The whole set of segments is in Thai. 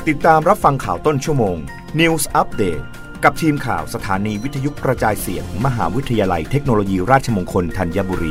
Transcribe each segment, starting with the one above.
ติดตามรับฟังข่าวต้นชั่วโมง News Update กับทีมข่าวสถานีวิทยุกระจายเสียง มหาวิทยาลัยเทคโนโลยีราชมงคลธัญบุรี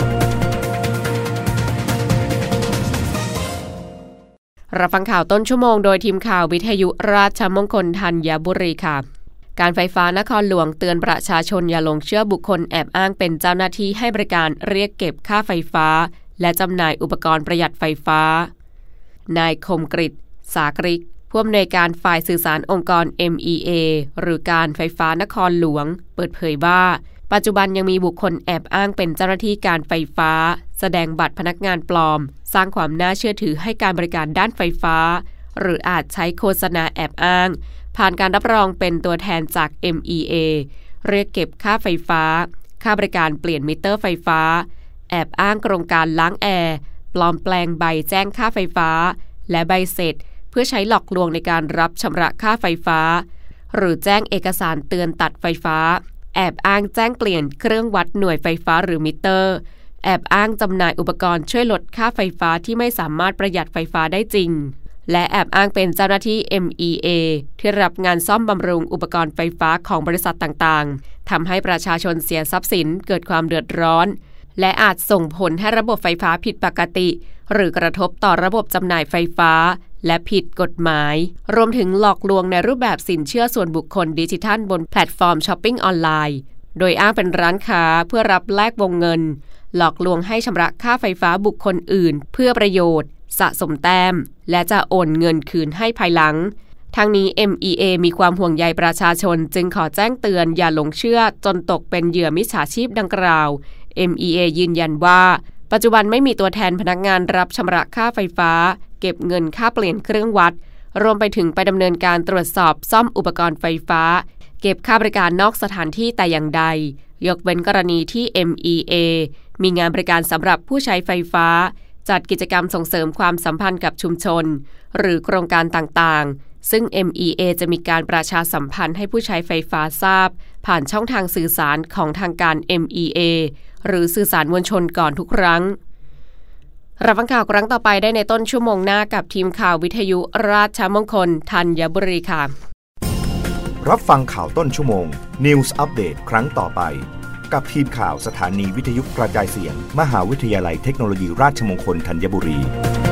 รับฟังข่าวต้นชั่วโมงโดยทีมข่าววิทยุราชมงคลธัญบุรีค่ะการไฟฟ้านครหลวงเตือนประชาชนอย่าหลงเชื่อบุคคลแอบอ้างเป็นเจ้าหน้าที่ให้บริการเรียกเก็บค่าไฟฟ้าและจำหน่ายอุปกรณ์ประหยัดไฟฟ้านายคมกฤษ สากริกผู้อำนวยการฝ่ายสื่อสารองค์กร MEA หรือการไฟฟ้านครหลวงเปิดเผยว่าปัจจุบันยังมีบุคคลแอบอ้างเป็นเจ้าหน้าที่การไฟฟ้าแสดงบัตรพนักงานปลอมสร้างความน่าเชื่อถือให้การบริการด้านไฟฟ้าหรืออาจใช้โฆษณาแอบอ้างผ่านการรับรองเป็นตัวแทนจาก MEA เรียกเก็บค่าไฟฟ้าค่าบริการเปลี่ยนมิเตอร์ไฟฟ้าแอบอ้างโครงการล้างแอร์ปลอมแปลงใบแจ้งค่าไฟฟ้าและใบเสร็จเพื่อใช้หลอกลวงในการรับชำระค่าไฟฟ้าหรือแจ้งเอกสารเตือนตัดไฟฟ้าแอบอ้างแจ้งเปลี่ยนเครื่องวัดหน่วยไฟฟ้าหรือมิเตอร์แอบอ้างจำหน่ายอุปกรณ์ช่วยลดค่าไฟฟ้าที่ไม่สามารถประหยัดไฟฟ้าได้จริงและแอบอ้างเป็นเจ้าหน้าที่ MEA ที่รับงานซ่อมบำรุงอุปกรณ์ไฟฟ้าของบริษัทต่างๆทำให้ประชาชนเสียทรัพย์สินเกิดความเดือดร้อนและอาจส่งผลให้ระบบไฟฟ้าผิดปกติหรือกระทบต่อระบบจำหน่ายไฟฟ้าและผิดกฎหมายรวมถึงหลอกลวงในรูปแบบสินเชื่อส่วนบุคคลดิจิทัลบนแพลตฟอร์มช้อปปิ้งออนไลน์โดยอ้างเป็นร้านค้าเพื่อรับแลกวงเงินหลอกลวงให้ชำระค่าไฟฟ้าบุคคลอื่นเพื่อประโยชน์สะสมแต้มและจะโอนเงินคืนให้ภายหลังทั้งนี้ MEA มีความห่วงใยประชาชนจึงขอแจ้งเตือนอย่าหลงเชื่อจนตกเป็นเหยื่อมิจฉาชีพดังกล่าว MEA ยืนยันว่าปัจจุบันไม่มีตัวแทนพนักงานรับชำระค่าไฟฟ้าเก็บเงินค่าเปลี่ยนเครื่องวัดรวมไปถึงไปดำเนินการตรวจสอบซ่อมอุปกรณ์ไฟฟ้าเก็บค่าบริการนอกสถานที่แต่อย่างใดยกเว้นกรณีที่ MEA มีงานบริการสำหรับผู้ใช้ไฟฟ้าจัดกิจกรรมส่งเสริมความสัมพันธ์กับชุมชนหรือโครงการต่างๆซึ่ง MEA จะมีการประชาสัมพันธ์ให้ผู้ใช้ไฟฟ้าทราบผ่านช่องทางสื่อสารของทางการ MEA หรือสื่อสารมวลชนก่อนทุกครั้งรับฟังข่าวครั้งต่อไปได้ในต้นชั่วโมงหน้ากับทีมข่าววิทยุราชมงคลธัญบุรีค่ะรับฟังข่าวต้นชั่วโมง News Update ครั้งต่อไปกับทีมข่าวสถานีวิทยุกระจายเสียง มหาวิทยาลัยเทคโนโลยีราชมงคลธัญบุรี